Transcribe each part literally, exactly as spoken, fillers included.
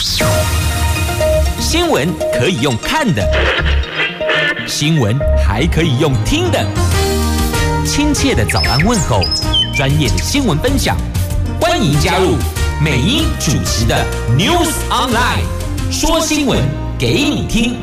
新闻可以用看的，新闻还可以用听的。亲切的早安问候，专业的新闻分享，欢迎加入美英主持的 News Online， 说新闻给你听。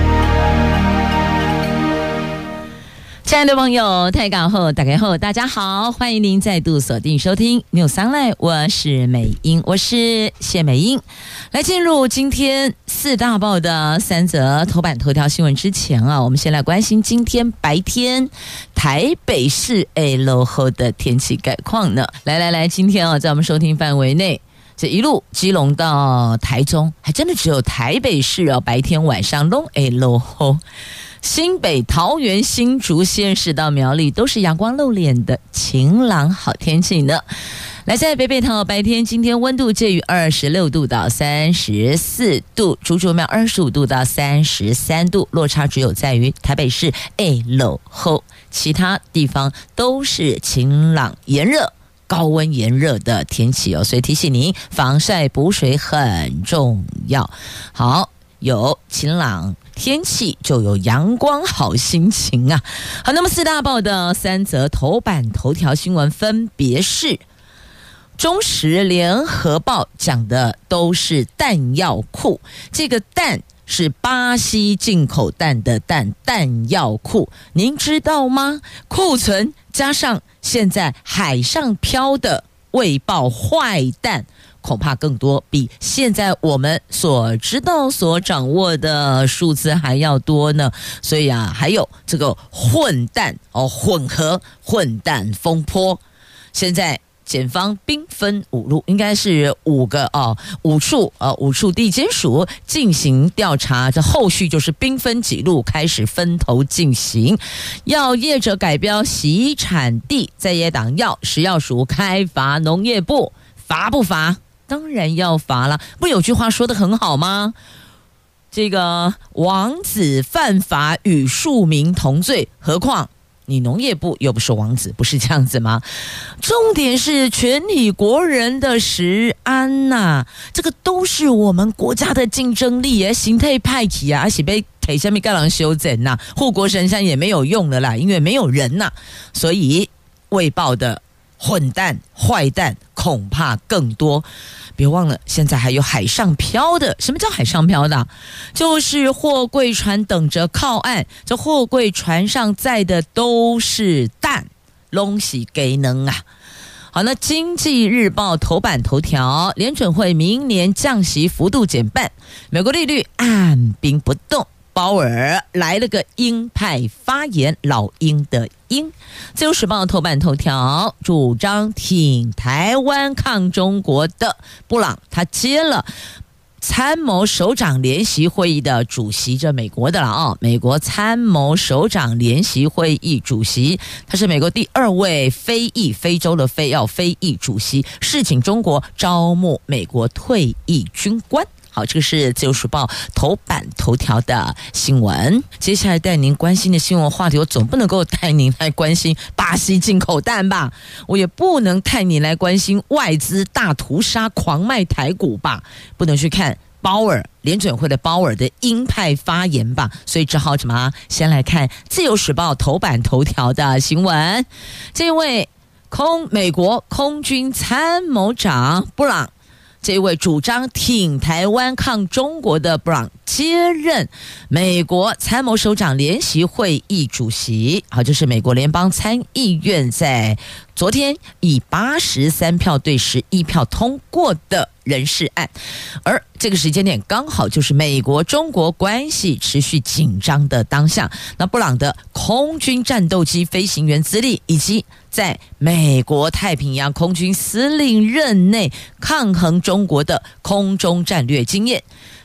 亲爱的朋友，台港后打开后，大家好，欢迎您再度锁定收听 News Online， 我是美英，我是谢美英。来进入今天四大报的三则头版头条新闻之前啊，我们先来关心今天白天台北市 A 落后的天气概况呢。来来来，今天啊，在我们收听范围内，这一路基隆到台中，还真的只有台北市哦，白天晚上都 A 落后。新北、桃园、新竹县市到苗栗都是阳光露脸的晴朗好天气呢。来，在北北桃白天今天温度介于二十六度到三十四度，竹竹苗二十五度到三十三度，落差只有在于台北市 A 落后，其他地方都是晴朗炎热。高温炎热的天气哦，所以提醒您防晒补水很重要。好，有晴朗天气就有阳光好心情啊。好，那么四大报的三则头版头条新闻分别是中时联合报讲的都是弹药库，这个弹是巴西进口蛋的蛋，弹药库您知道吗？库存加上现在海上漂的未爆坏蛋，恐怕更多，比现在我们所知道所掌握的数字还要多呢。所以啊，还有这个混蛋哦，混合混蛋风波，现在检方兵分五路，应该是五个哦，五处呃五处地检署进行调查，这后续就是兵分几路开始分头进行，要业者改标洗产地，在野党要食药署开罚农业部，罚不罚？当然要罚了，不有句话说得很好吗？这个王子犯法与庶民同罪，何况你农业部又不是王子，不是这样子吗？重点是全体国人的食安呐、啊，这个都是我们国家的竞争力耶，形态派体啊，而且被给下面盖郎修整呐，护国神山也没有用了啦，因为没有人呐、啊，所以未爆的混蛋坏蛋恐怕更多。别忘了现在还有海上漂的。什么叫海上漂的？就是货柜船等着靠岸，这货柜船上载的都是蛋，东西给能啊。好，那经济日报头版头条，联准会明年降息幅度减半，美国利率按兵不动，鲍尔来了个鹰派发言，老鹰的鹰。自由时报头版头条，主张挺台湾抗中国的布朗，他接了参谋首长联席会议的主席，这美国的了啊、哦，美国参谋首长联席会议主席，他是美国第二位非裔，非洲的非要非裔主席，示请中国招募美国退役军官。好，这个是自由时报头版头条的新闻。接下来带您关心的新闻话题，我总不能够带您来关心巴西进口蛋吧，我也不能带您来关心外资大屠杀狂卖台股吧，不能去看鲍尔联准会的鲍尔的鹰派发言吧，所以只好怎么先来看自由时报头版头条的新闻。这位空美国空军参谋长布朗，这位主张挺台湾抗中国的布朗接任美国参谋首长联席会议主席。好，这是美国联邦参议院在昨天以八十三票对十一票通过的人事案，而这个时间点刚好就是美国中国关系持续紧张的当下。那布朗的空军战斗机飞行员资历，以及在美国太平洋空军司令任内抗衡中国的空中战略经验，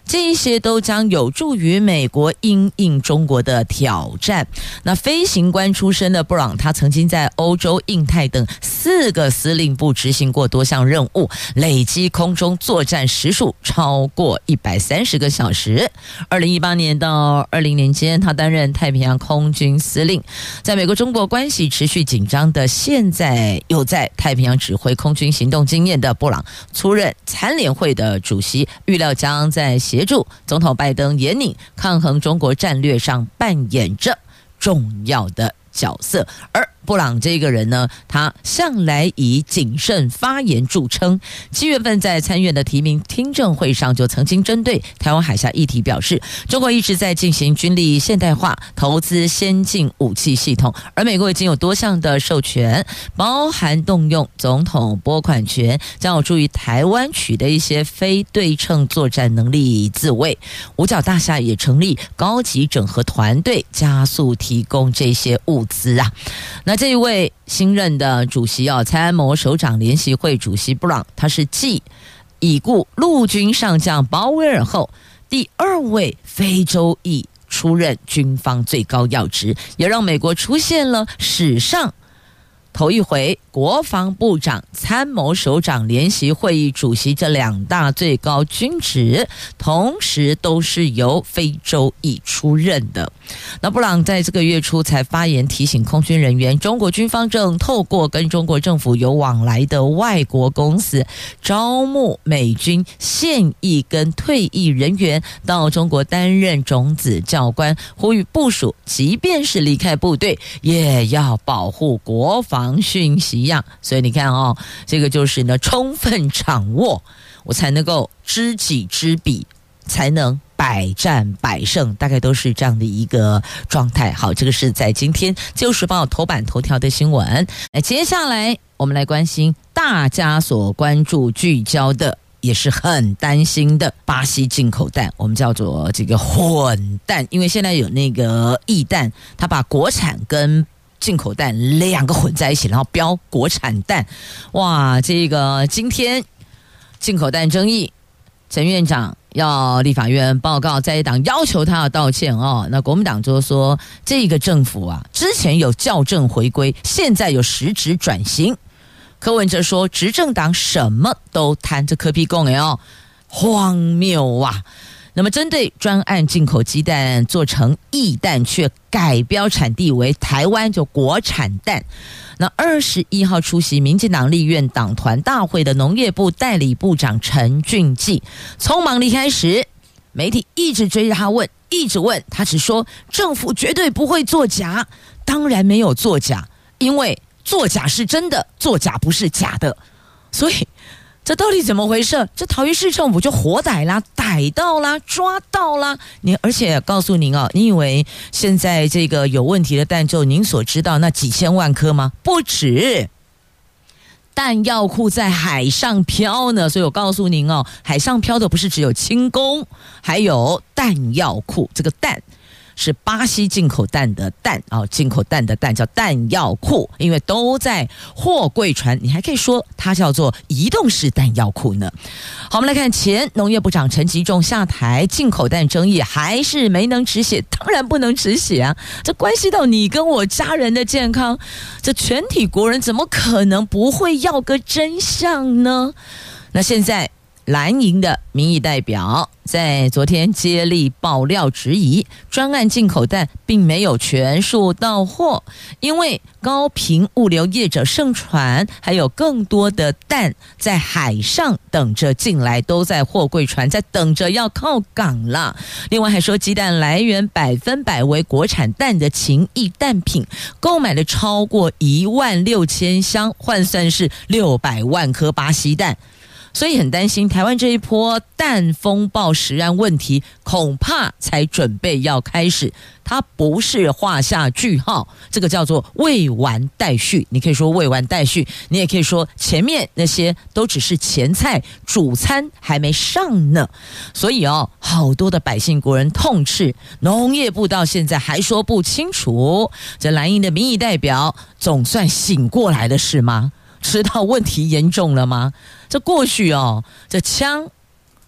这些都将有助于美国因应中国的挑战。那飞行官出身的布朗，他曾经在欧洲、印太等四个司令部执行过多项任务，累积空中作战时数超过一百三十个小时。二零一八年到二零年间，他担任太平洋空军司令。在美国中国关系持续紧张的现在，又在太平洋指挥空军行动经验的布朗出任参联会的主席，预料将在协助总统拜登引领抗衡中国战略上扮演着重要的角色。而布朗这个人呢，他向来以谨慎发言著称。七月份在参院的提名听证会上，就曾经针对台湾海峡议题表示，中国一直在进行军力现代化，投资先进武器系统，而美国已经有多项的授权，包含动用总统拨款权，将有助于台湾取得一些非对称作战能力自卫。五角大厦也成立高级整合团队，加速提供这些物资啊。那这一位新任的主席哦，参谋首长联席会主席布朗，他是继已故陆军上将鲍威尔后第二位非洲裔出任军方最高要职，也让美国出现了史上头一回国防部长、参谋首长联席会议主席这两大最高军职，同时都是由非洲裔出任的。那布朗在这个月初才发言提醒空军人员，中国军方正透过跟中国政府有往来的外国公司，招募美军现役跟退役人员到中国担任种子教官，呼吁部署即便是离开部队，也要保护国防讯息呀。所以你看哦，这个就是呢，充分掌握，我才能够知己知彼，才能百战百胜，大概都是这样的一个状态。好，这个是在今天《自由时报》头版头条的新闻。那接下来我们来关心大家所关注聚焦的，也是很担心的巴西进口蛋，我们叫做这个混蛋，因为现在有那个异蛋，它把国产跟进口蛋两个混在一起，然后标国产蛋。哇，这个今天进口蛋争议，陈院长要立法院报告在野党要求他要道歉哦。那国民党就说，这个政府啊，之前有校正回归，现在有实质转型。柯文哲说，执政党什么都贪，这柯批讲的哦，荒谬啊！那么针对专案进口鸡蛋做成异蛋，却改标产地为台湾，就国产蛋。那二十一号出席民进党立院党团大会的农业部代理部长陈俊记匆忙离开时，媒体一直追着他问，一直问，他只说政府绝对不会作假。当然没有作假，因为作假是真的，作假不是假的。所以这到底怎么回事？这桃园市政府就活逮啦，逮到啦，抓到啦。你而且告诉您哦，你以为现在这个有问题的蛋就您所知道那几千万颗吗？不止，弹药库在海上漂呢。所以我告诉您哦，海上漂的不是只有轻工，还有弹药库。这个弹是巴西进口蛋的蛋啊、哦，进口蛋的蛋叫弹药库，因为都在货柜船，你还可以说它叫做移动式弹药库呢。好，我们来看前农业部长陈吉仲下台，进口蛋争议还是没能止血，当然不能止血啊，这关系到你跟我家人的健康，这全体国人怎么可能不会要个真相呢？那现在蓝营的民意代表在昨天接力爆料质疑，专案进口蛋并没有全数到货，因为高频物流业者盛传还有更多的蛋在海上等着进来，都在货柜船在等着要靠港了。另外还说，鸡蛋来源百分百为国产蛋的勤益蛋品，购买了超过一万六千箱，换算是六百万颗巴西蛋。所以很担心台湾这一波蛋风暴食安问题恐怕才准备要开始，它不是画下句号，这个叫做未完待续。你可以说未完待续，你也可以说前面那些都只是前菜，主餐还没上呢。所以哦，好多的百姓国人痛斥农业部到现在还说不清楚，这蓝营的民意代表总算醒过来了是吗？知道问题严重了吗？这过去哦，这枪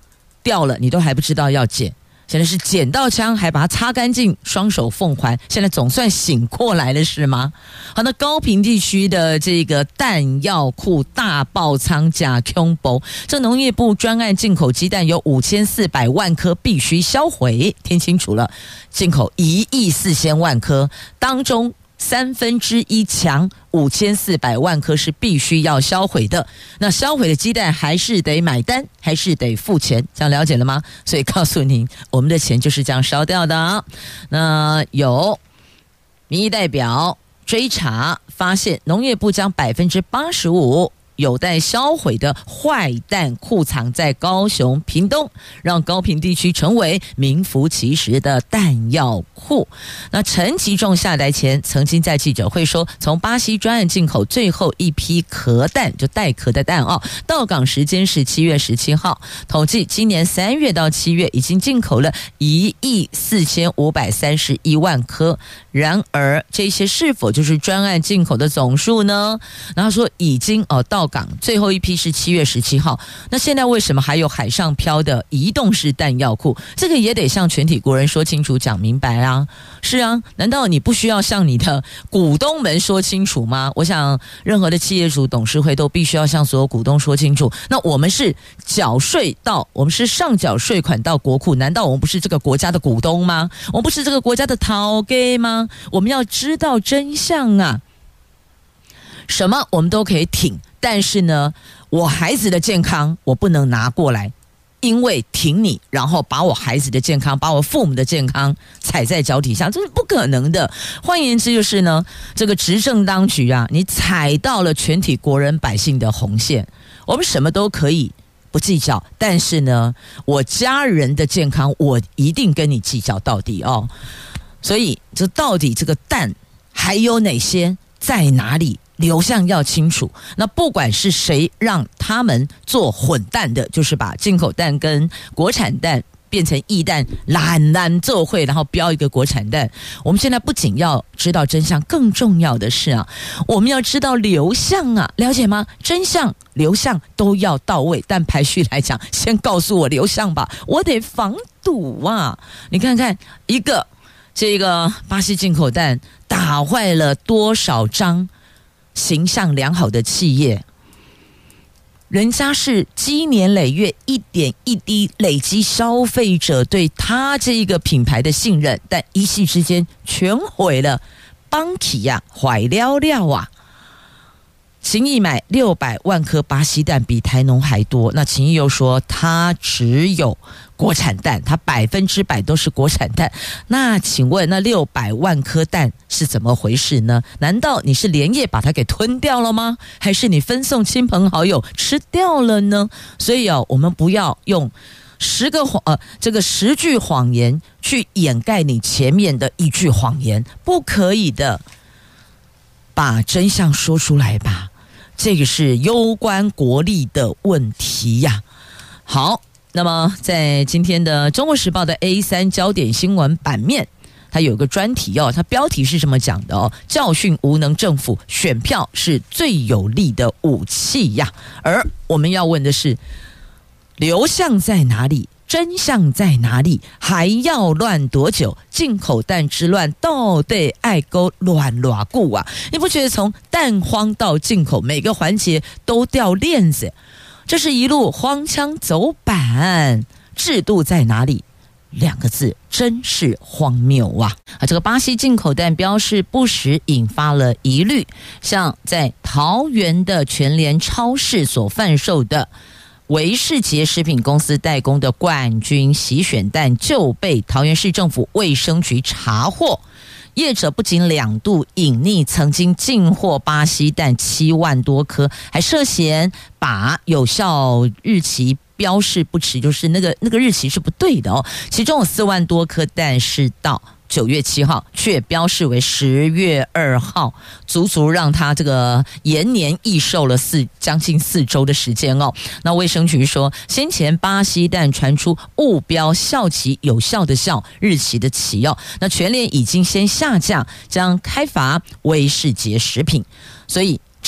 掉了，你都还不知道要捡。现在是捡到枪还把它擦干净，双手奉还，现在总算醒过来了是吗？好，那高屏地区的这个弹药库大爆仓假空包，这农业部专案进口鸡蛋有五千四百万颗必须销毁，听清楚了，进口一亿四千万颗，当中三分之一强五千四百万颗是必须要销毁的。那销毁的鸡蛋还是得买单，还是得付钱，这样了解了吗？所以告诉您，我们的钱就是这样烧掉的。那有民意代表追查发现，农业部将百分之八十五有待销毁的坏蛋库藏在高雄、屏东，让高屏地区成为名副其实的弹药库。那陈吉仲下台前曾经在记者会说，从巴西专案进口最后一批壳蛋，就带壳的蛋哦，到港时间是七月十七号，统计今年三月到七月已经进口了一亿四千五百三十一万颗。然而这些是否就是专案进口的总数呢？然后说已经哦到港，最后一批是七月十七号，那现在为什么还有海上漂的移动式弹药库？这个也得向全体国人说清楚讲明白啊。是啊，难道你不需要向你的股东们说清楚吗？我想任何的企业主董事会都必须要向所有股东说清楚，那我们是缴税到，我们是上缴税款到国库，难道我们不是这个国家的股东吗？我们不是这个国家的头家吗？我们要知道真相啊！什么我们都可以挺，但是呢，我孩子的健康我不能拿过来，因为挺你，然后把我孩子的健康，把我父母的健康踩在脚底下，这是不可能的。换言之就是呢，这个执政当局啊，你踩到了全体国人百姓的红线，我们什么都可以不计较，但是呢，我家人的健康我一定跟你计较到底哦。所以这到底这个蛋还有哪些在哪里，流向要清楚。那不管是谁让他们做混蛋的，就是把进口蛋跟国产蛋变成异蛋，懒懒做会，然后标一个国产蛋。我们现在不仅要知道真相，更重要的是啊，我们要知道流向啊，了解吗？真相流向都要到位，但排序来讲，先告诉我流向吧，我得防堵啊。你看看一个这个巴西进口蛋打坏了多少张形象良好的企业，人家是积年累月一点一滴累积消费者对他这个品牌的信任，但一夕之间全毁了，邦起呀，坏了了啊！秦毅买六百万颗巴西蛋比台农还多，那秦毅又说他只有国产蛋，它百分之百都是国产蛋。那请问那六百万颗蛋是怎么回事呢？难道你是连夜把它给吞掉了吗？还是你分送亲朋好友吃掉了呢？所以哦，我们不要用十个谎呃这个十句谎言去掩盖你前面的一句谎言，不可以的，把真相说出来吧。这个是攸关国力的问题呀。好。那么在今天的中国时报的 A 三 焦点新闻版面，它有个专题哦，它标题是这么讲的哦，教训无能政府，选票是最有力的武器呀。而我们要问的是，流向在哪里？真相在哪里？还要乱多久？进口蛋之乱到底爱勾乱偌久啊？你不觉得从蛋荒到进口每个环节都掉链子？这是一路荒腔走板，制度在哪里？两个字，真是荒谬啊！啊，这个巴西进口蛋标示不实，引发了疑虑。像在桃园的全联超市所贩售的维世杰食品公司代工的冠军洗选蛋，就被桃园市政府卫生局查获。业者不仅两度隐匿曾经进货巴西蛋七万多颗，还涉嫌把有效日期标示不实，就是那个那个日期是不对的哦。其中有四万多颗蛋是到九月七号，却标示为十月二号，足足让他这个延年益寿了四将近四周的时间哦。那卫生局说，先前巴西蛋传出误标效期，有效的效，日期的期哦。那全联已经先下架，将开罚威士杰食品，所以这。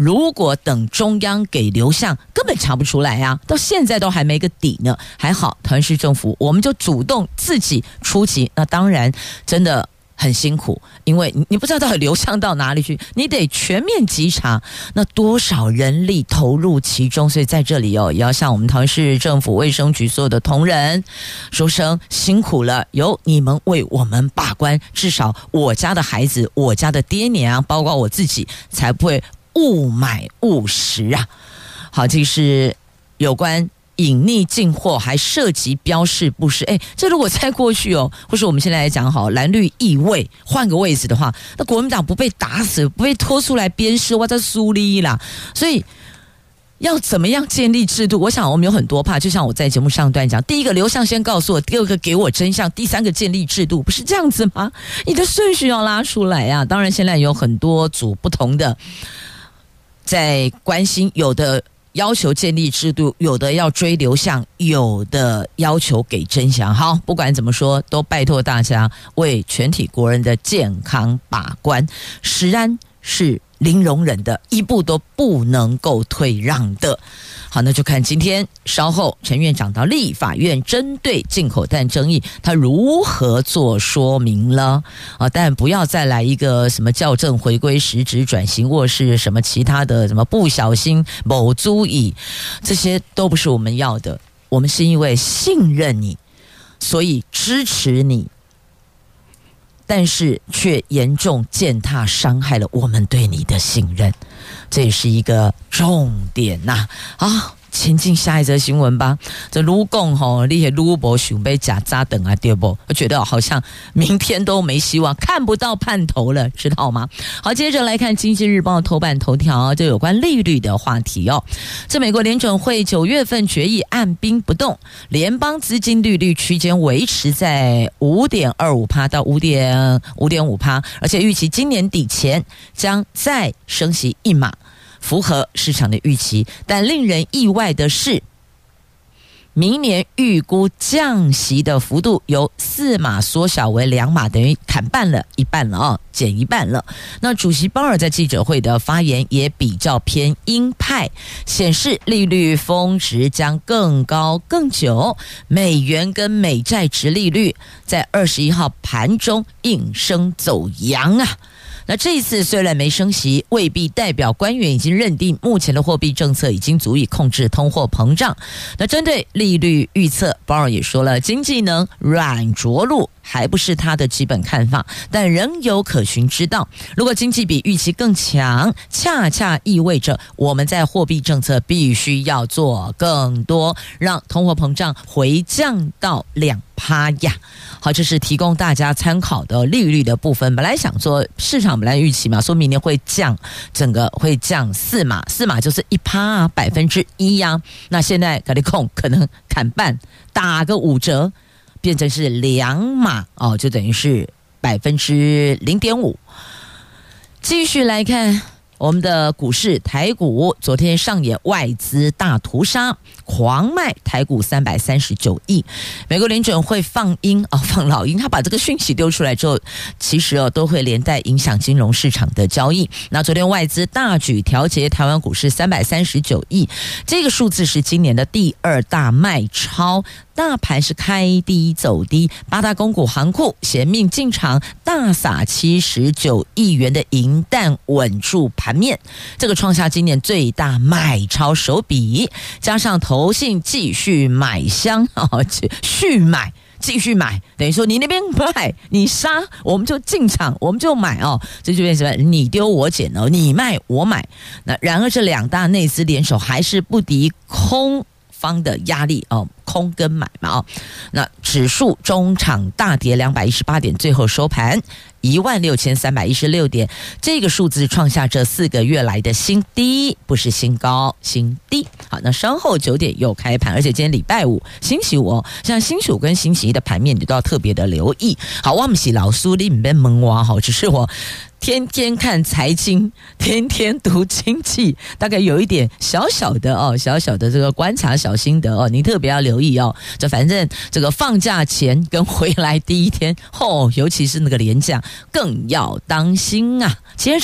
如果等中央给流向，根本查不出来啊，到现在都还没个底呢。还好桃园市政府我们就主动自己出击，那当然真的很辛苦，因为你不知道到底流向到哪里去，你得全面稽查，那多少人力投入其中。所以在这里哦，也要向我们桃园市政府卫生局所有的同仁说声辛苦了，有你们为我们把关，至少我家的孩子，我家的爹娘，包括我自己，才不会误买误食啊。好，这是有关隐匿进货还涉及标示不实，哎，这如果再过去哦，或是我们现在来讲好蓝绿易位换个位置的话，那国民党不被打死，不被拖出来鞭尸，哇，这输力啦。所以要怎么样建立制度？我想我们有很多怕，就像我在节目上段讲，第一个流向先告诉我，第二个给我真相，第三个建立制度，不是这样子吗？你的顺序要拉出来啊。当然现在有很多组不同的在关心，有的要求建立制度，有的要追流向，有的要求给真相。好，不管怎么说，都拜托大家为全体国人的健康把关。食安是零容忍的，一步都不能够退让的。好，那就看今天稍后陈院长到立法院针对进口蛋争议，他如何做说明了啊？但不要再来一个什么校正回归实质转型，或是什么其他的什么不小心某足以，这些都不是我们要的。我们是因为信任你，所以支持你，但是却严重践踏伤害了我们对你的信任，这也是一个重点呐、啊。好，前进下一则新闻吧。这卢共吼，你些卢博想被假扎等啊，对不？我觉得好像明天都没希望，看不到盼头了，知道吗？好，接着来看《经济日报》头版头条，就有关利率的话题哦。这美国联准会九月份决议按兵不动，联邦资金利率区间维持在 五点二五 到 五点五 而且预期今年底前将再升息一码，符合市场的预期。但令人意外的是，明年预估降息的幅度由四码缩小为两码，等于砍半了，一半了啊、哦，减一半了。那主席鲍尔在记者会的发言也比较偏鹰派，显示利率峰值将更高更久，美元跟美债殖利率在二十一号盘中应声走扬啊。那这一次虽然没升息，未必代表官员已经认定目前的货币政策已经足以控制通货膨胀。那针对利率预测，鲍尔也说了，经济能软着陆还不是他的基本看法，但仍有可循之道。如果经济比预期更强，恰恰意味着我们在货币政策必须要做更多，让通货膨胀回降到两趴呀。好，这是提供大家参考的利率的部分。本来想说市场本来预期嘛，说明年会降，整个会降四码，四码就是一趴啊，百分之一呀。那现在给你控可能砍半，打个五折，变成是两码哦，就等于是百分之零点五。继续来看我们的股市，台股昨天上演外资大屠杀，狂卖台股三百三十九亿。美国联准会放鹰哦，放老鹰，他把这个讯息丢出来之后，其实哦都会连带影响金融市场的交易。那昨天外资大举调节台湾股市三百三十九亿，这个数字是今年的第二大卖超。大盘是开低走低，八大公股行库衔命进场，大撒七十九亿元的银弹稳住盘面，这个创下今年最大买超手笔，加上投信继续买香哦，续买。继续买，等于说你那边卖，你杀，我们就进场，我们就买哦，这就变成你丢我捡哦，你卖我买。那然而这两大内资联手还是不敌空方的压力哦，空跟买嘛哦。那指数中场大跌两百一十八点，最后收盘一万六千三百一十六点，这个数字创下这四个月来的新低，不是新高，新低。好，那稍后九点又开盘，而且今天礼拜五、星期五哦，像星期五跟星期一的盘面，你都要特别的留意。好，我不是老师，你唔别问我哈，只是我天天看财经，天天读经济，大概有一点小小的哦，小小的这个观察小心得哦，你特别要留意哦。这反正这个放假前跟回来第一天哦，尤其是那个连假，更要当心啊。接着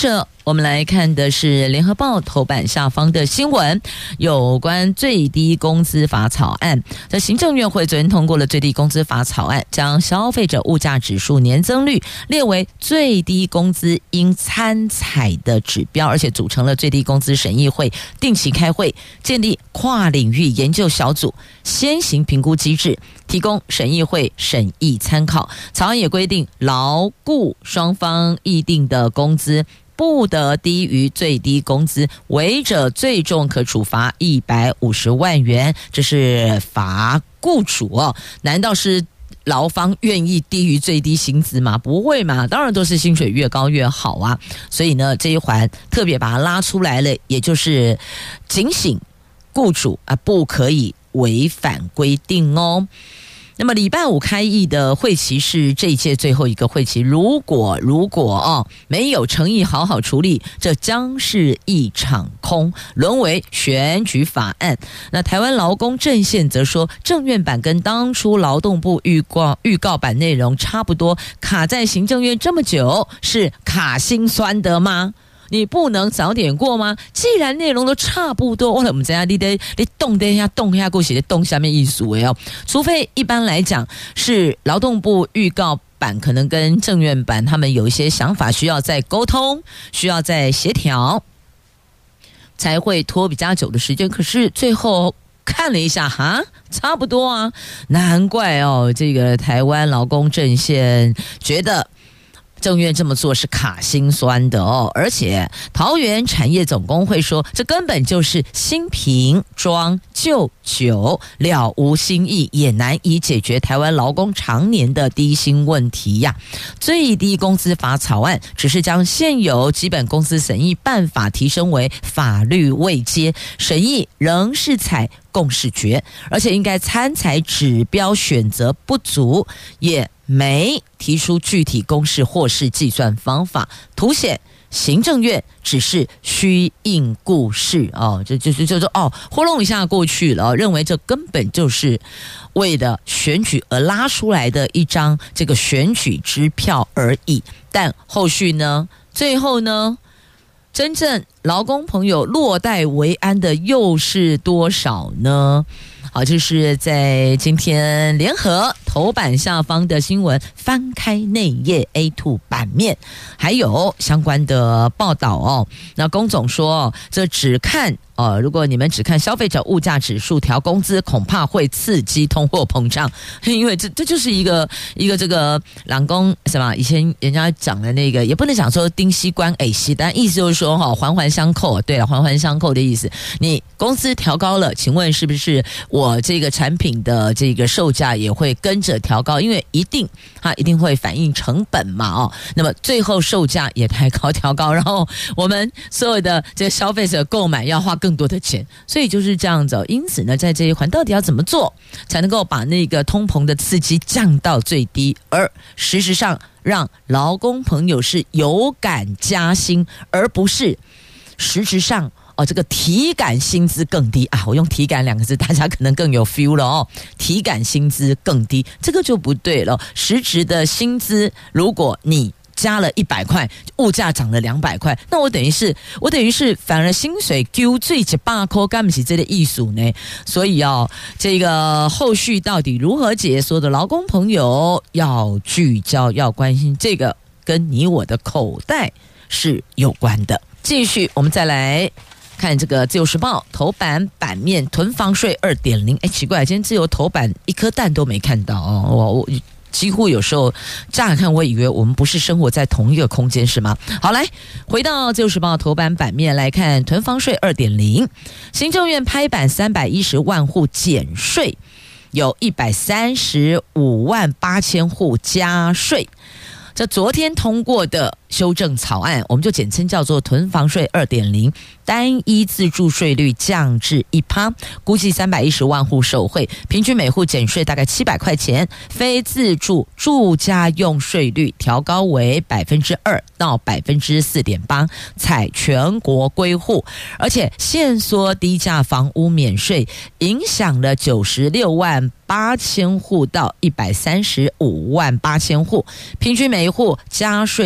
我们来看的是联合报头版下方的新闻，有关最低工资法草案。在行政院会昨天通过了最低工资法草案，将消费者物价指数年增率列为最低工资应参采的指标，而且组成了最低工资审议会，定期开会，建立跨领域研究小组，先行评估机制，提供审议会审议参考。草案也规定，劳雇双方议定的工资不得低于最低工资，违者最重可处罚一百五十万元。这是罚雇主哦，难道是劳方愿意低于最低薪资吗？不会嘛，当然都是薪水越高越好啊。所以呢，这一环特别把它拉出来了，也就是警醒雇主啊，不可以违反规定哦。那么礼拜五开议的会期是这一届最后一个会期，如果如果哦没有诚意好好处理，这将是一场空，沦为选举法案。那台湾劳工阵线则说，政院版跟当初劳动部预告预告版内容差不多，卡在行政院这么久，是卡心酸的吗？你不能早点过吗？既然内容都差不多，我们这样你得你动一下动一下过写的动下面艺术哎哦，除非一般来讲是劳动部预告版可能跟政院版他们有一些想法需要再沟通，需要再协调，才会拖比较久的时间。可是最后看了一下，哈，差不多啊，难怪哦，这个台湾劳工阵线觉得政院这么做是卡心酸的哦，而且桃园产业总工会说，这根本就是新瓶装旧酒，了无新意，也难以解决台湾劳工常年的低薪问题呀。最低工资法草案只是将现有基本工资审议办法提升为法律位阶，审议仍是采共识决，而且应该参采指标选择不足，也没提出具体公式或是计算方法，凸显行政院只是虚应故事哦，这就是就是哦，糊弄一下过去了、哦，认为这根本就是为了选举而拉出来的一张这个选举支票而已。但后续呢，最后呢，真正劳工朋友落袋为安的又是多少呢？好，这是在今天联合头版下方的新闻，翻开内页 A 二 版面，还有相关的报道哦。那龚总说，这只看呃，如果你们只看消费者物价指数调工资，恐怕会刺激通货膨胀，因为这这就是一个一个这个朗公什么，以前人家讲的那个，也不能讲说丁西关 A 西，但意思就是说哈，环环相扣。对了，环环相扣的意思，你工资调高了，请问是不是我这个产品的这个售价也会跟着调高？因为一定它一定会反映成本嘛哦，那么最后售价也抬高调高，然后我们所有的这个消费者购买要花更多的钱，所以就是这样子、哦。因此呢，在这一环到底要怎么做才能够把那个通膨的刺激降到最低，而事实上让劳工朋友是有感加薪，而不是实质上哦，这个体感薪资更低啊！我用体感两个字，大家可能更有 feel 了哦。体感薪资更低，这个就不对了。实质的薪资，如果你加了一百块，物价涨了两百块，那我等于是我等于是反而薪水丢最一百块，干不起这个艺术呢？所以哦，这个后续到底如何解说的，劳工朋友要聚焦，要关心这个，跟你我的口袋是有关的。继续，我们再来看这个自由时报头版版面，囤房税 二点零。 哎，奇怪，今天自由头版一颗蛋都没看到哦，我我几乎有时候乍看我以为我们不是生活在同一个空间是吗？好，来回到自由时报头版版面来看囤房税 二点零。 行政院拍板三百一十万户减税，有一百三十五万八千户加税。这昨天通过的修正草案，我们就简称叫做囤房税 二点零， 单一自住税率降至 百分之一， 估计三百一十万户受惠，平均每户减税大概七百块钱，非自住住家用税率调高为 百分之二 到 百分之四点八， 采全国归户，而且限缩低价房屋免税，影响了九十六万八千户到一百三十五万八千户，平均每一户加税大概有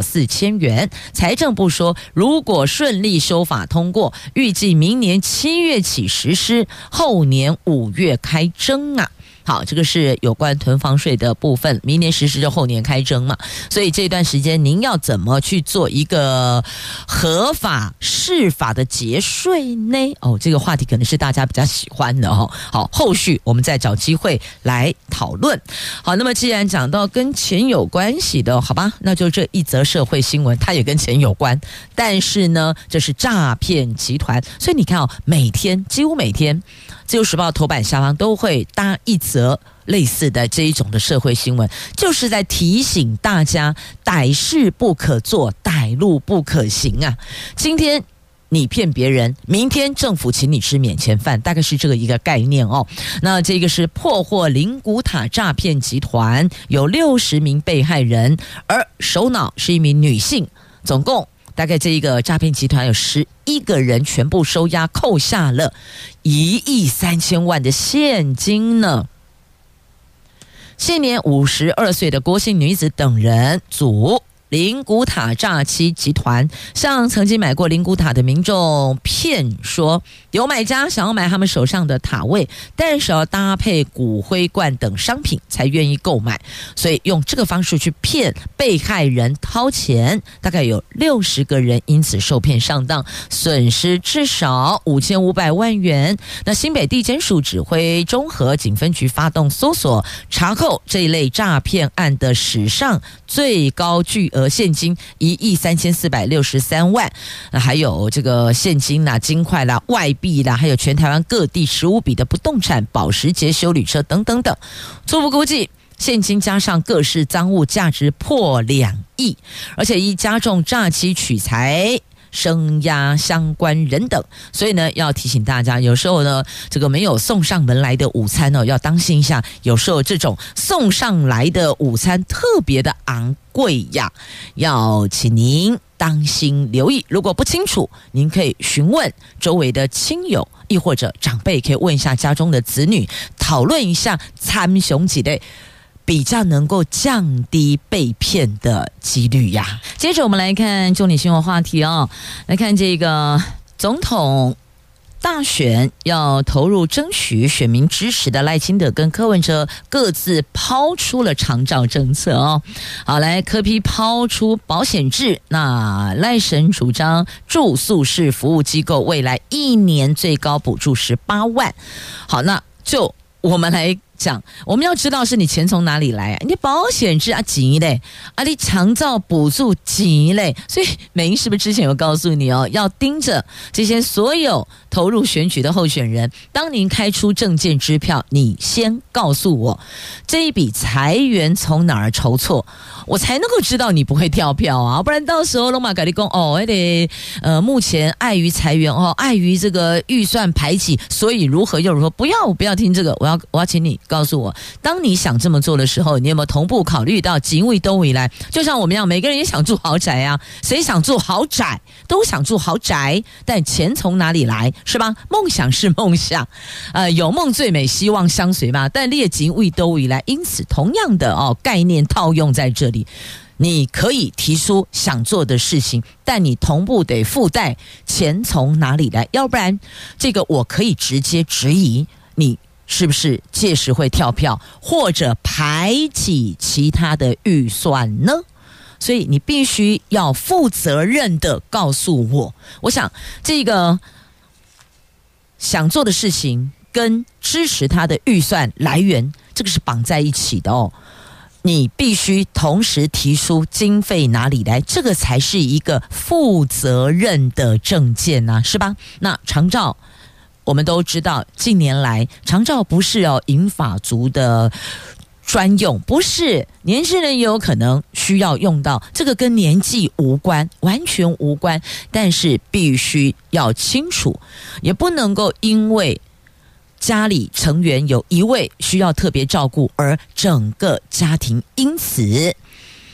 四千元。财政部说，如果顺利修法通过，预计明年七月起实施，后年五月开征啊。好，这个是有关囤房税的部分，明年实施就后年开征嘛，所以这段时间您要怎么去做一个合法适法的节税呢？哦，这个话题可能是大家比较喜欢的哦。好，后续我们再找机会来讨论。好，那么既然讲到跟钱有关系的，好吧，那就这一则社会新闻，它也跟钱有关，但是呢，这是诈骗集团，所以你看哦，每天几乎每天。自由时报头版下方都会搭一则类似的这一种的社会新闻，就是在提醒大家歹事不可做，歹路不可行啊。今天你骗别人，明天政府请你吃免钱饭，大概是这个一个概念哦。那这个是破获灵骨塔诈骗集团，有六十名被害人，而首脑是一名女性，总共大概这一个诈骗集团有十一个人，全部收押，扣下了一亿三千万的现金呢。现年五十二岁的郭姓女子等人组灵骨塔诈欺集团，向曾经买过灵骨塔的民众骗说，有买家想要买他们手上的塔位，但是要搭配骨灰罐等商品才愿意购买，所以用这个方式去骗被害人掏钱，大概有六十个人因此受骗上当，损失至少五千五百万元。那新北地检署指挥中和警分局发动搜索，查扣这一类诈骗案的史上最高巨额现金一亿三千四百六十三万，还有这个现金啦、金块啦、外币啦，还有全台湾各地十五笔的不动产、保时捷休旅车等等等。初步估计，现金加上各式赃物价值破两亿，而且以加重诈欺取财。声押相关人等，所以呢，要提醒大家，有时候呢，这个没有送上门来的午餐呢，要当心一下。有时候这种送上来的午餐特别的昂贵呀，要请您当心留意。如果不清楚，您可以询问周围的亲友，亦或者长辈，可以问一下家中的子女，讨论一下参雄几类。比较能够降低被骗的几率呀。接着我们来看重点新闻话题哦，来看这个总统大选要投入争取选民支持的赖清德跟柯文哲各自抛出了长照政策哦。好，来柯 P 抛出保险制，那赖神主张住宿式服务机构未来一年最高补助十八万。好，那就我们来讲，我们要知道是你钱从哪里来啊？你保险制啊钱嘞，啊你长照补助钱嘞，所以美英是不是之前有告诉你哦，要盯着这些所有投入选举的候选人，当您开出证件支票，你先告诉我这一笔财源从哪儿筹措，我才能够知道你不会跳票啊，不然到时候龙马改立功哦，还得呃目前碍于财源哦，碍于这个预算排挤，所以如何又如何，不要不要听这个，我要我要请你告诉我，当你想这么做的时候，你有没有同步考虑到警卫都未来？就像我们一样，每个人也想住豪宅啊，谁想住豪宅都想住豪宅，但钱从哪里来？是吧？梦想是梦想，呃，有梦最美，希望相随嘛。但列警卫都未来，因此同样的哦概念套用在这里。你可以提出想做的事情，但你同步得附带钱从哪里来，要不然这个我可以直接质疑你是不是届时会跳票，或者排挤其他的预算呢？所以你必须要负责任的告诉我，我想这个想做的事情跟支持他的预算来源，这个是绑在一起的哦。你必须同时提出经费哪里来，这个才是一个负责任的政见啊，是吧？那长照我们都知道，近年来长照不是哦银发族的专用，不是年轻人也有可能需要用到，这个跟年纪无关，完全无关，但是必须要清楚，也不能够因为家里成员有一位需要特别照顾，而整个家庭因此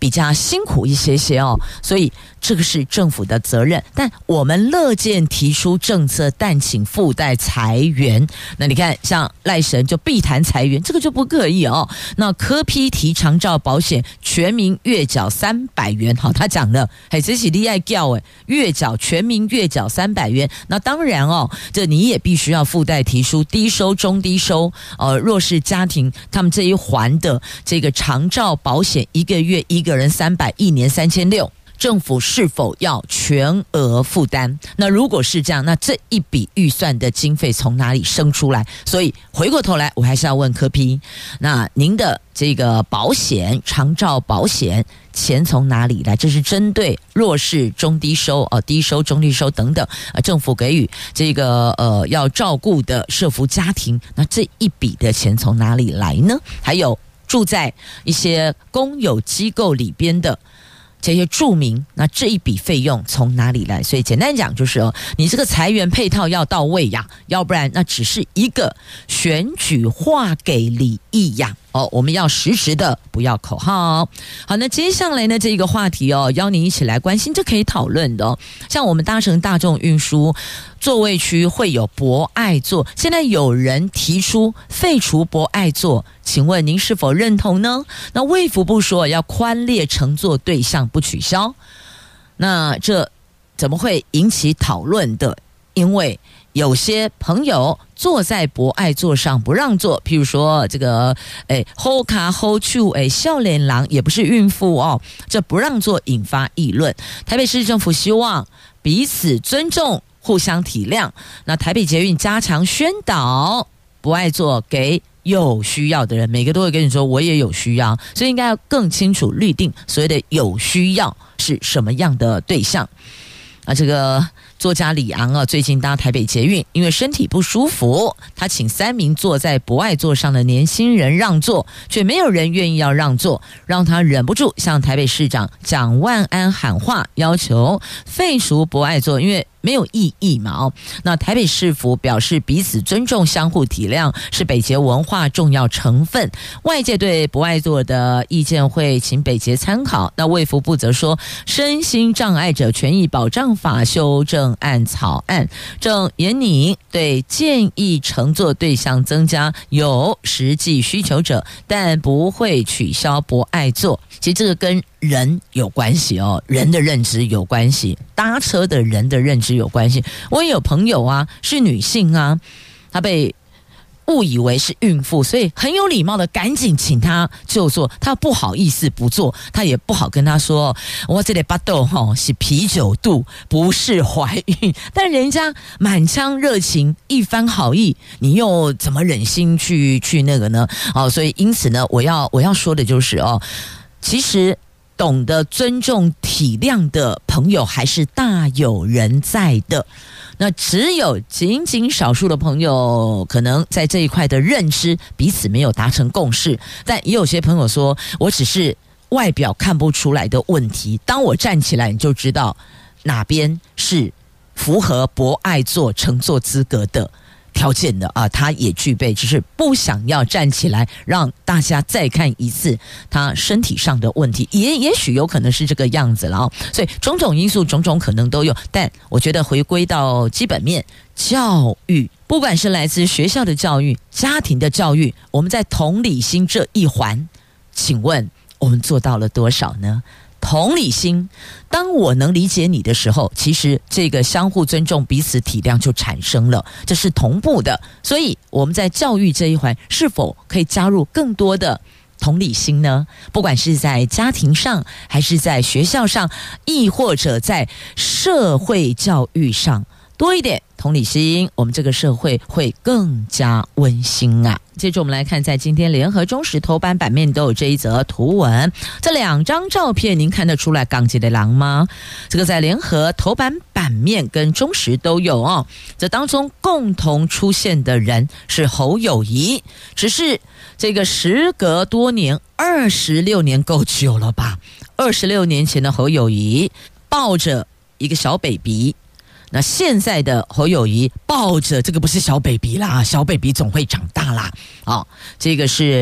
比较辛苦一些些哦，所以这个是政府的责任，但我们乐见提出政策，但请附带裁员。那你看，像赖神就必谈裁员，这个就不可以哦。那柯 P 提长照保险全民月缴三百元，好，他讲了，嘿，这是厉害叫诶，月缴全民月缴三百元。那当然哦，这你也必须要附带提出低收、中低收、呃弱势家庭他们这一环的这个长照保险，一个月一个人三百，一年三千六。政府是否要全额负担？那如果是这样，那这一笔预算的经费从哪里生出来？所以回过头来，我还是要问柯 P， 那您的这个保险长照保险钱从哪里来？这是针对弱势、中低收、呃低收、中低收等等，呃政府给予这个呃要照顾的社福家庭，那这一笔的钱从哪里来呢？还有住在一些公有机构里边的这些住民，那这一笔费用从哪里来？所以简单讲就是哦，你这个财源配套要到位呀，要不然那只是一个选举划给李义呀。哦，我们要实时的，不要口号。好，那接下来呢，这个话题哦，邀您一起来关心，这可以讨论的哦。像我们搭乘大众运输座位区会有博爱座，现在有人提出废除博爱座，请问您是否认同呢？那卫福部说要宽列乘坐对象，不取消，那这怎么会引起讨论的？因为有些朋友坐在博爱座上不让座，譬如说这个诶 hold 卡 hold 住诶少年郎也不是孕妇哦，这不让座引发议论。台北市政府希望彼此尊重，互相体谅。那台北捷运加强宣导，博爱座给有需要的人，每个都会跟你说我也有需要，所以应该要更清楚律定所谓的有需要是什么样的对象。啊，这个作家李昂啊，最近搭台北捷运，因为身体不舒服，他请三名坐在博爱座上的年轻人让座，却没有人愿意要让座，让他忍不住向台北市长蒋万安喊话，要求废除博爱座，因为没有意义嘛哦。那台北市府表示彼此尊重、相互体谅是北捷文化重要成分，外界对博爱座的意见会请北捷参考。那卫福部则说，身心障碍者权益保障法修正案草案正研拟，对建议乘坐对象增加有实际需求者，但不会取消博爱座。其实这个跟人有关系哦，人的认知有关系，搭车的人的认知有关系。我也有朋友啊，是女性啊，她被误以为是孕妇，所以很有礼貌的赶紧请她就坐，她不好意思不坐，她也不好跟她说我这里巴豆吼是啤酒肚，不是怀孕，但人家满腔热情，一番好意，你又怎么忍心去去那个呢？哦，所以因此呢，我要我要说的就是哦，其实懂得尊重体谅的朋友还是大有人在的，那只有仅仅少数的朋友可能在这一块的认知彼此没有达成共识，但也有些朋友说我只是外表看不出来的问题，当我站起来你就知道哪边是符合博爱座乘坐资格的条件的啊，他也具备，只是不想要站起来让大家再看一次他身体上的问题，也也许有可能是这个样子了哦。所以种种因素种种可能都有，但我觉得回归到基本面，教育，不管是来自学校的教育、家庭的教育，我们在同理心这一环，请问我们做到了多少呢？同理心，当我能理解你的时候，其实这个相互尊重、彼此体谅就产生了，这是同步的。所以我们在教育这一环，是否可以加入更多的同理心呢？不管是在家庭上，还是在学校上，亦或者在社会教育上，多一点同理心，我们这个社会会更加温馨啊。接着我们来看，在今天联合中时头版版面都有这一则图文，这两张照片您看得出来港籍的狼吗？这个在联合头版版面跟中时都有哦。这当中共同出现的人是侯友宜，只是这个时隔多年，二十六年够久了吧？二十六年前的侯友宜抱着一个小 baby。那现在的侯友宜抱着这个不是小 baby 啦，小 baby 总会长大啦。哦，这个是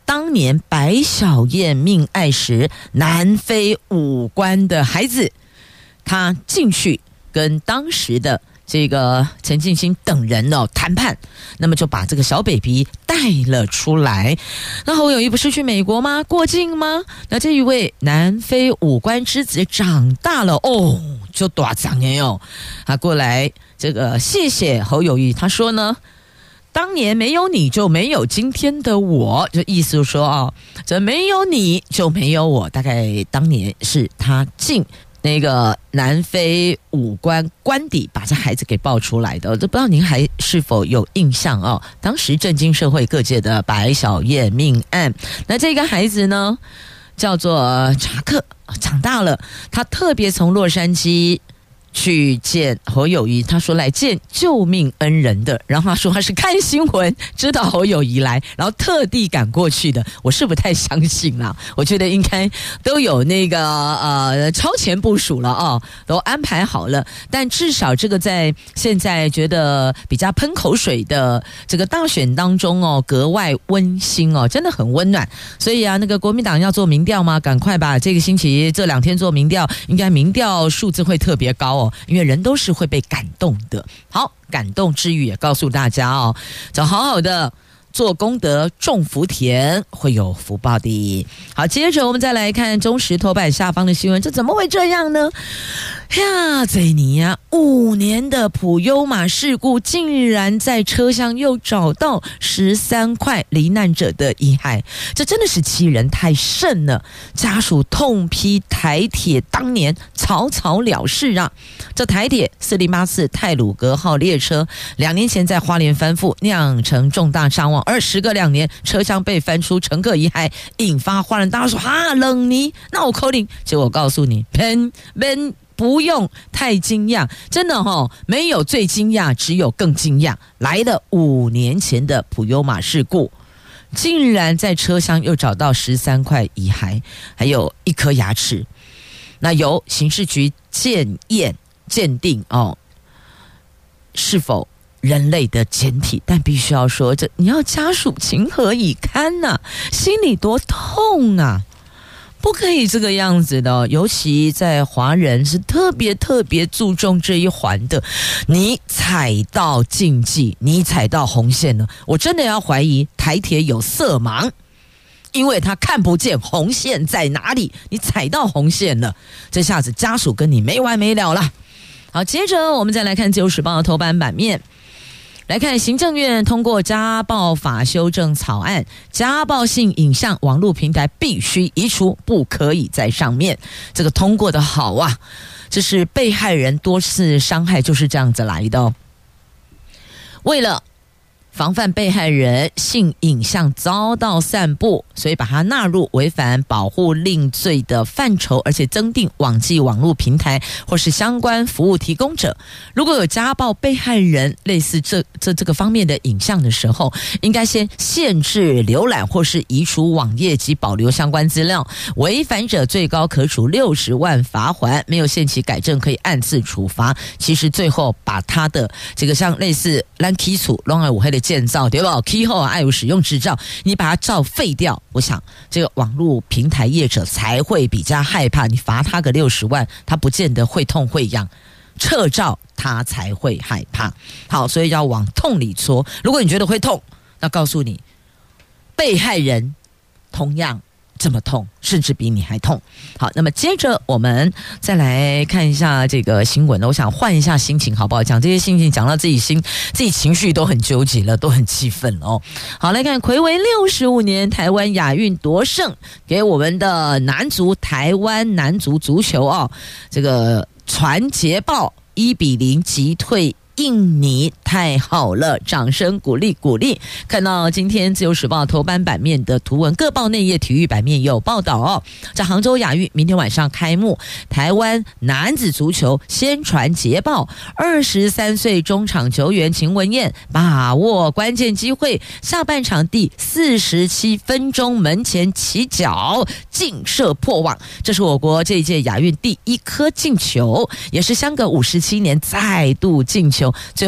当年白小燕命爱时南非武官的孩子，他进去跟当时的这个陈进兴等人哦谈判，那么就把这个小 baby 带了出来。那侯友宜不是去美国吗？过境吗？那这一位南非武官之子长大了哦，就大长哎哦，他过来这个谢谢侯友宜，他说呢，当年没有你就没有今天的我，就意思说啊、哦，这没有你就没有我。大概当年是他进那个南非武官官邸把这孩子给抱出来的，这不知道您还是否有印象哦？当时震惊社会各界的白小燕命案，那这个孩子呢叫做查克，长大了，他特别从洛杉矶去见侯友宜，他说来见救命恩人的，然后他说他是看新闻知道侯友宜来，然后特地赶过去的。我是不太相信啦，我觉得应该都有那个呃超前部署了哦，都安排好了。但至少这个在现在觉得比较喷口水的这个大选当中哦，格外温馨哦，真的很温暖。所以啊，那个国民党要做民调吗？赶快吧，这个星期这两天做民调，应该民调数字会特别高哦。因为人都是会被感动的。好，感动之余也告诉大家哦，就好好的做功德种福田，会有福报的。好，接着我们再来看中时头版下方的新闻，这怎么会这样呢？呀，这尼呀，五年的普悠玛事故，竟然在车厢又找到十三块罹难者的遗骸，这真的是欺人太甚了。家属痛批台铁当年草草了事啊！这台铁四零八次太鲁阁号列车两年前在花莲翻覆，酿成重大伤亡，而时隔两年，车厢被翻出乘客遗骸，引发哗然大说哈冷你那我扣零。结果我告诉你，喷喷。不用太惊讶，真的哦，没有最惊讶，只有更惊讶。来了五年前的普悠玛事故，竟然在车厢又找到十三块遗骸，还有一颗牙齿。那由刑事局检验鉴定哦，是否人类的简体？但必须要说，这你要家属情何以堪呐、啊？心里多痛啊！不可以这个样子的、哦，尤其在华人是特别特别注重这一环的。你踩到禁忌，你踩到红线了，我真的要怀疑台铁有色盲，因为他看不见红线在哪里。你踩到红线了，这下子家属跟你没完没了了。好，接着我们再来看《自由时报》的头版版面。来看行政院通过家暴法修正草案，家暴性影像网络平台必须移除，不可以在上面。这个通过的好啊，这是被害人多次伤害就是这样子来的哦。为了防范被害人性影像遭到散布，所以把它纳入违反保护令罪的范畴，而且增订网际网络平台或是相关服务提供者，如果有家暴被害人类似这这这个方面的影像的时候，应该先限制浏览或是移除网页及保留相关资料，违反者最高可处六十万罚锾，没有限期改正可以按次处罚。其实最后把他的这个像类似咱起诉弄来五黑的建造对吧？起后爱有使用执照，你把它照废掉，我想这个网络平台业者才会比较害怕。你罚他个六十万，他不见得会痛会痒，撤照他才会害怕。好，所以要往痛里戳。如果你觉得会痛，那告诉你，被害人同样这么痛，甚至比你还痛。好，那么接着我们再来看一下这个新闻。我想换一下心情好不好？讲这些心情讲到自己心自己情绪都很纠结了，都很气愤了哦。好，来看睽违六十五年台湾亚运夺胜，给我们的男足台湾男足足球哦，这个传捷报一比零击退印尼，太好了，掌声鼓励鼓励。看到今天自由时报头版版面的图文，各报内页体育版面也有报道哦。在杭州亚运明天晚上开幕，台湾男子足球先传捷报，二十三岁中场球员秦文燕把握关键机会，下半场第四十七分钟门前起脚劲射破网，这是我国这一届亚运第一颗进球，也是相隔五十七年再度进球。最后中场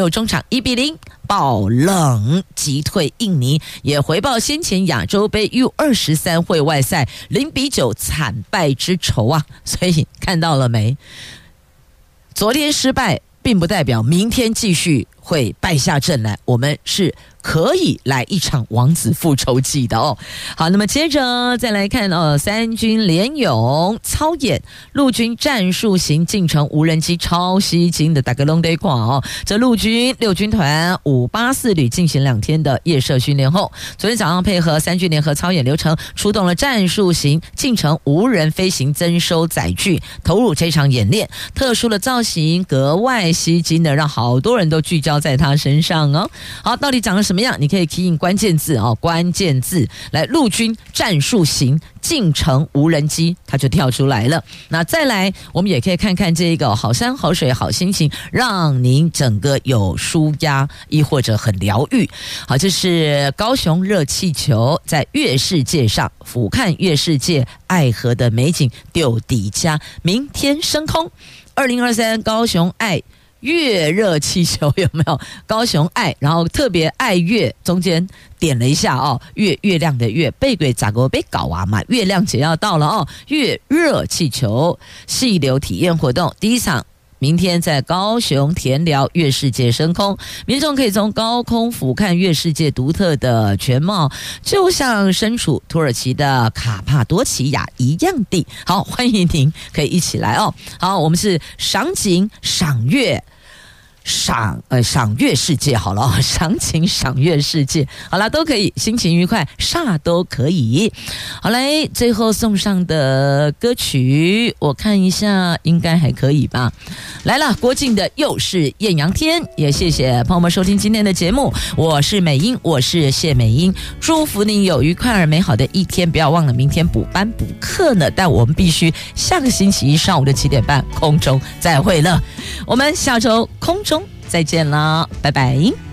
一比零爆冷击退印尼，也回报先前亚洲杯 U 二十三 会外赛零比九惨败之仇啊！所以看到了没？昨天失败，并不代表明天继续会败下阵来，我们是可以来一场王子复仇记的哦。好，那么接着再来看哦，三军联勇操演陆军战术型进程无人机超吸睛的大概龙得挂哦。这陆军六军团五八四旅进行两天的夜射训练后，昨天早上配合三军联合操演流程，出动了战术型进程无人飞行增收载具，投入这场演练。特殊的造型格外吸睛的，让好多人都聚焦在他身上哦。好，到底长了什么样？你可以 key in 关键字哦，关键字来陆军战术型进程无人机，它就跳出来了。那再来，我们也可以看看这个好山好水好心情，让您整个有舒压，亦或者很疗愈。好，这是高雄热气球在月世界上俯瞰月世界爱河的美景，丢底加明天升空。二零二三高雄爱月热气球有没有？高雄爱，然后特别爱月，中间点了一下哦，月月亮的月，贝鬼咋个被搞啊嘛？月亮节要到了哦，月热气球细流体验活动第一场。明天在高雄田寮月世界升空，民众可以从高空俯瞰月世界独特的全貌，就像身处土耳其的卡帕多奇亚一样的。好，欢迎您可以一起来哦。好，我们是赏景赏月赏呃赏月世界好了，赏景赏月世界好了，都可以，心情愉快，啥都可以。好来，最后送上的歌曲，我看一下，应该还可以吧。来了，郭靖的又是艳阳天，也谢谢朋友们收听今天的节目，我是美英，我是谢美英，祝福你有愉快而美好的一天，不要忘了明天补班补课呢，但我们必须下个星期一上午的七点半空中再会了，我们下周空中再见了，拜拜。